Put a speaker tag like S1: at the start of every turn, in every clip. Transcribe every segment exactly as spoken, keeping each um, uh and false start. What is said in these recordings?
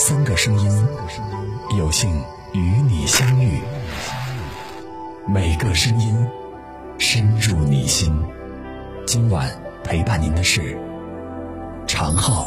S1: 三个声音，有幸与你相遇。每个声音深入你心。今晚陪伴您的是常浩。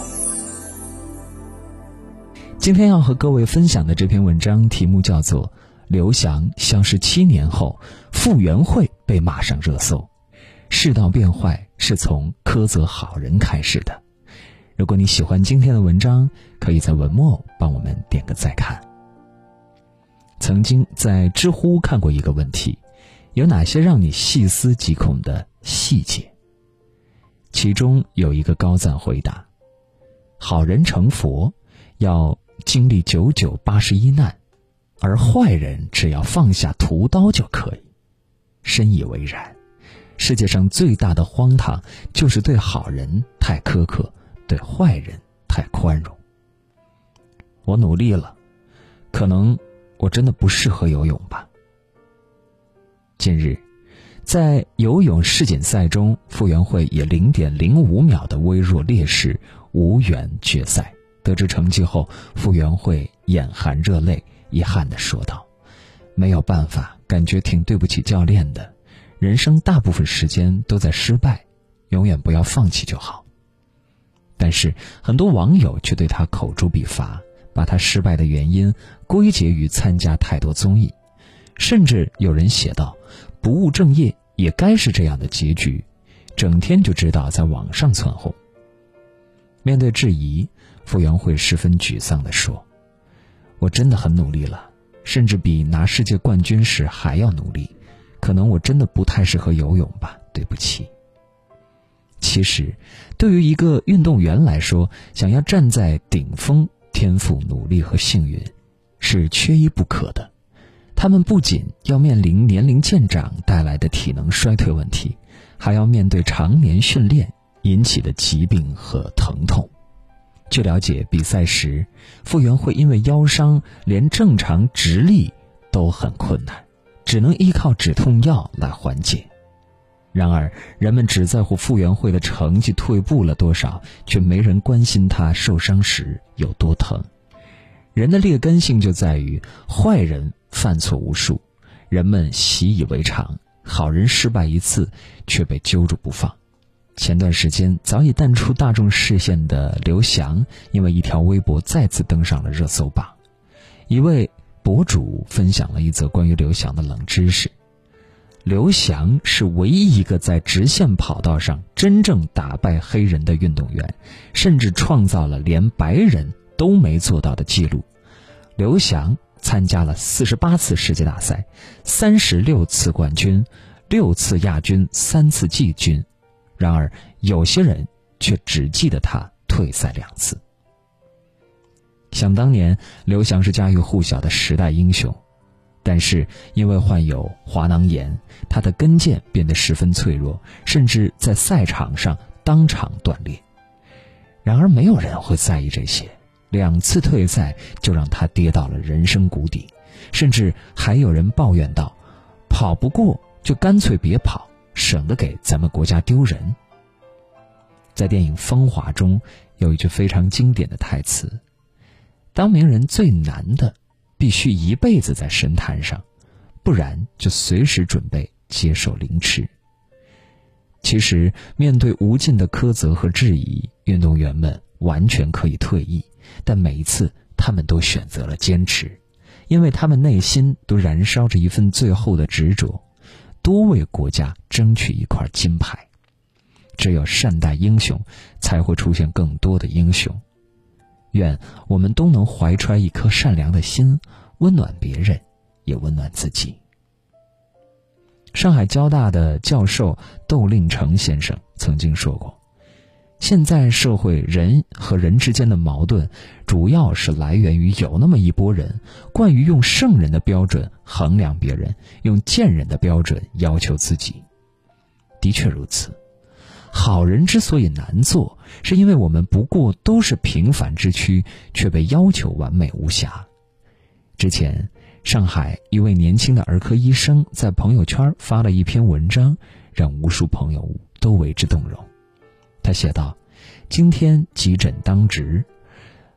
S2: 今天要和各位分享的这篇文章题目叫做刘翔消失七年后，傅园慧被骂上热搜。世道变坏是从苛责好人开始的。如果你喜欢今天的文章，可以在文末帮我们点个再看。曾经在知乎看过一个问题，有哪些让你细思极恐的细节？其中有一个高赞回答：好人成佛要经历九九八十一难，而坏人只要放下屠刀就可以。深以为然，世界上最大的荒唐就是对好人太苛刻，对坏人太宽容。我努力了，可能我真的不适合游泳吧。近日在游泳世锦赛中，傅园慧以 零点零五 秒的微弱劣势无缘决赛。得知成绩后，傅园慧眼含热泪，遗憾地说道：没有办法，感觉挺对不起教练的，人生大部分时间都在失败，永远不要放弃就好。但是很多网友却对他口诛笔伐，把他失败的原因归结于参加太多综艺，甚至有人写道：不务正业也该是这样的结局，整天就知道在网上窜红。面对质疑，傅园慧十分沮丧地说：我真的很努力了，甚至比拿世界冠军时还要努力，可能我真的不太适合游泳吧，对不起。其实对于一个运动员来说，想要站在顶峰，天赋、努力和幸运是缺一不可的。他们不仅要面临年龄渐长带来的体能衰退问题，还要面对常年训练引起的疾病和疼痛。据了解，比赛时傅园慧因为腰伤，连正常直立都很困难，只能依靠止痛药来缓解。然而人们只在乎傅园慧的成绩退步了多少，却没人关心她受伤时有多疼。人的劣根性就在于坏人犯错无数，人们习以为常，好人失败一次却被揪住不放。前段时间早已淡出大众视线的刘翔，因为一条微博再次登上了热搜榜。一位博主分享了一则关于刘翔的冷知识：刘翔是唯一一个在直线跑道上真正打败黑人的运动员，甚至创造了连白人都没做到的记录。刘翔参加了四十八次世界大赛，三十六次冠军，六次亚军，三次季军。然而有些人却只记得他退赛两次。想当年，刘翔是家喻户晓的时代英雄，但是因为患有滑囊炎，他的跟腱变得十分脆弱，甚至在赛场上当场断裂。然而没有人会在意这些，两次退赛就让他跌到了人生谷底，甚至还有人抱怨道：跑不过就干脆别跑，省得给咱们国家丢人。在电影《风华》中有一句非常经典的台词：当名人最难的必须一辈子在神坛上，不然就随时准备接受凌迟。其实面对无尽的苛责和质疑，运动员们完全可以退役，但每一次他们都选择了坚持，因为他们内心都燃烧着一份最后的执着，多为国家争取一块金牌。只有善待英雄，才会出现更多的英雄。愿我们都能怀揣一颗善良的心，温暖别人，也温暖自己。上海交大的教授窦令成先生曾经说过，现在社会人和人之间的矛盾，主要是来源于有那么一拨人惯于用圣人的标准衡量别人，用贱人的标准要求自己。的确如此，好人之所以难做，是因为我们不过都是平凡之躯，却被要求完美无瑕。之前上海一位年轻的儿科医生在朋友圈发了一篇文章，让无数朋友都为之动容。他写道：今天急诊当值，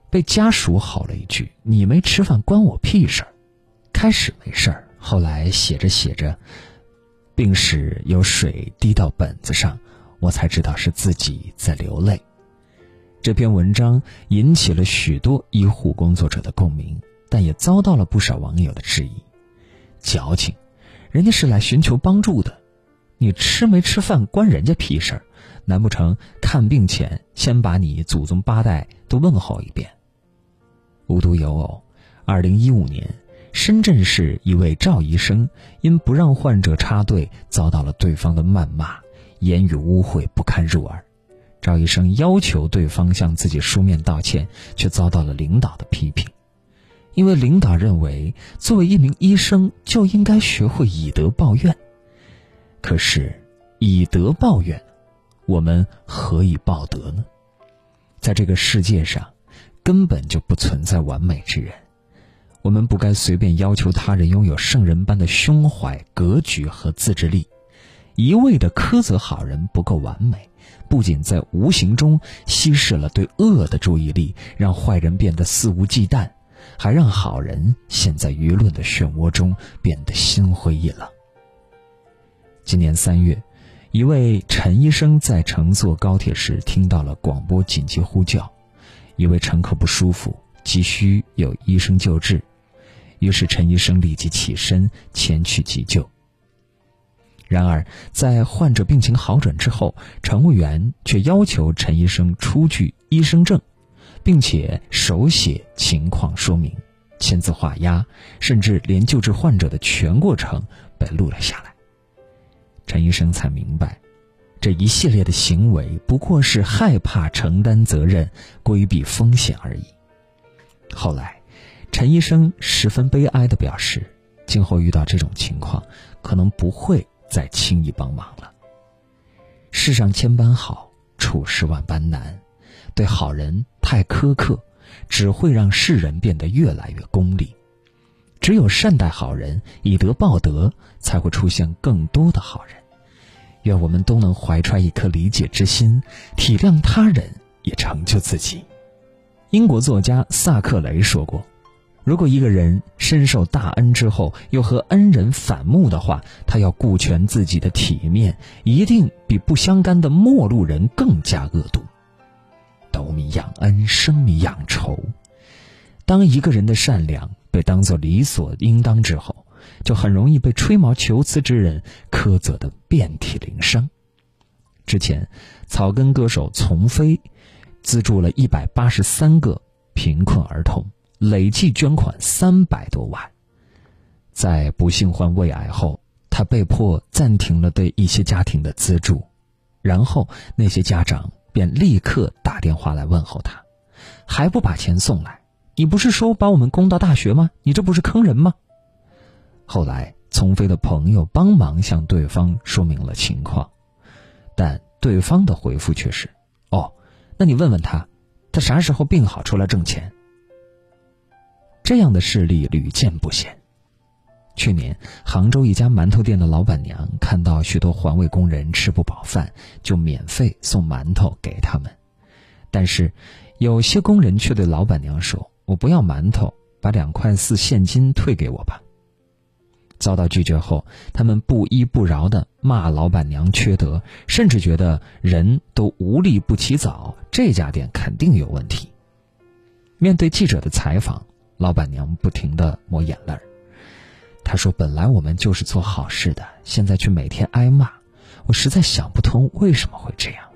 S2: 被家属吼了一句：“你没吃饭关我屁事儿。”开始没事儿，后来写着写着，病史有水滴到本子上，我才知道是自己在流泪。这篇文章引起了许多医护工作者的共鸣，但也遭到了不少网友的质疑。矫情，人家是来寻求帮助的，你吃没吃饭关人家屁事儿？难不成看病前先把你祖宗八代都问候一遍？无独有偶，二零一五年，深圳市一位赵医生因不让患者插队，遭到了对方的谩骂，言语污秽不堪入耳。赵医生要求对方向自己书面道歉，却遭到了领导的批评。因为领导认为，作为一名医生就应该学会以德报怨。可是，以德报怨，我们何以报德呢？在这个世界上，根本就不存在完美之人。我们不该随便要求他人拥有圣人般的胸怀、格局和自制力。一味的苛责好人不够完美，不仅在无形中稀释了对恶的注意力，让坏人变得肆无忌惮，还让好人陷在舆论的漩涡中，变得心灰意冷。今年三月，一位陈医生在乘坐高铁时听到了广播紧急呼叫，一位乘客不舒服，急需有医生救治，于是陈医生立即起身前去急救。然而，在患者病情好转之后，乘务员却要求陈医生出具医生证，并且手写情况说明，签字画押，甚至连救治患者的全过程被录了下来。陈医生才明白，这一系列的行为不过是害怕承担责任，规避风险而已。后来，陈医生十分悲哀地表示，今后遇到这种情况，可能不会再轻易帮忙了。世上千般好，处事万般难，对好人太苛刻，只会让世人变得越来越功利。只有善待好人，以德报德，才会出现更多的好人。愿我们都能怀揣一颗理解之心，体谅他人，也成就自己。英国作家萨克雷说过，如果一个人深受大恩之后又和恩人反目的话，他要顾全自己的体面，一定比不相干的陌路人更加恶毒。斗米养恩，升米养仇。当一个人的善良被当作理所应当之后，就很容易被吹毛求疵之人苛责得遍体鳞伤。之前，草根歌手丛飞资助了一百八十三个贫困儿童，累计捐款三百多万。在不幸患胃癌后，他被迫暂停了对一些家庭的资助，然后那些家长便立刻打电话来问候他，还不把钱送来？你不是说把我们供到大学吗？你这不是坑人吗？后来，丛飞的朋友帮忙向对方说明了情况，但对方的回复却是：哦，那你问问他，他啥时候病好出来挣钱？这样的事例屡见不鲜。去年，杭州一家馒头店的老板娘看到许多环卫工人吃不饱饭，就免费送馒头给他们。但是，有些工人却对老板娘说：我不要馒头，把两块四现金退给我吧。遭到拒绝后，他们不依不饶地骂老板娘缺德，甚至觉得人都无利不起早，这家店肯定有问题。面对记者的采访，老板娘不停地抹眼泪。她说，本来我们就是做好事的，现在却每天挨骂，我实在想不通为什么会这样。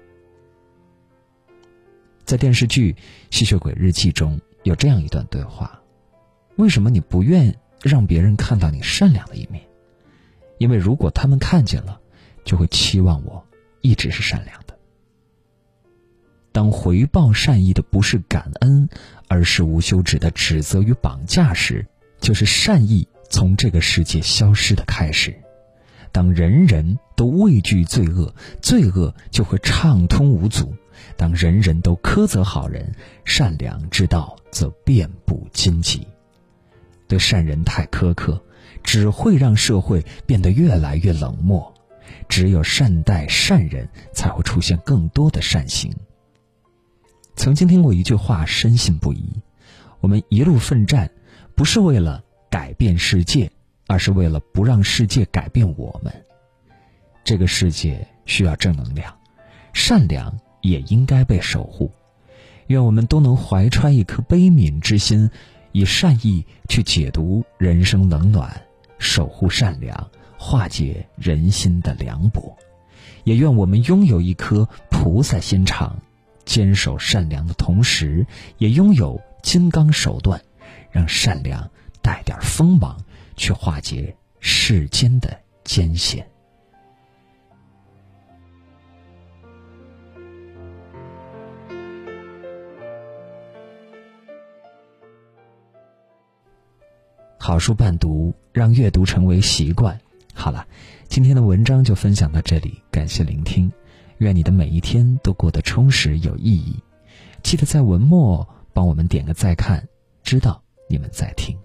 S2: 在电视剧《吸血鬼日记》中有这样一段对话：为什么你不愿让别人看到你善良的一面？因为如果他们看见了，就会期望我一直是善良的。当回报善意的不是感恩，而是无休止的指责与绑架时，就是善意从这个世界消失的开始。当人人都畏惧罪恶，罪恶就会畅通无阻。当人人都苛责好人，善良之道则遍布荆棘。对善人太苛刻，只会让社会变得越来越冷漠。只有善待善人，才会出现更多的善行。 曾经听过一句话，深信不疑：我们一路奋战，不是为了改变世界，而是为了不让世界改变我们。这个世界需要正能量，善良也应该被守护。愿我们都能怀揣一颗悲悯之心，以善意去解读人生冷暖，守护善良，化解人心的凉薄。也愿我们拥有一颗菩萨心肠，坚守善良的同时，也拥有金刚手段，让善良带点锋芒，去化解世间的艰险。好书伴读，让阅读成为习惯。好了，今天的文章就分享到这里，感谢聆听。愿你的每一天都过得充实有意义。记得在文末帮我们点个再看，知道你们在听。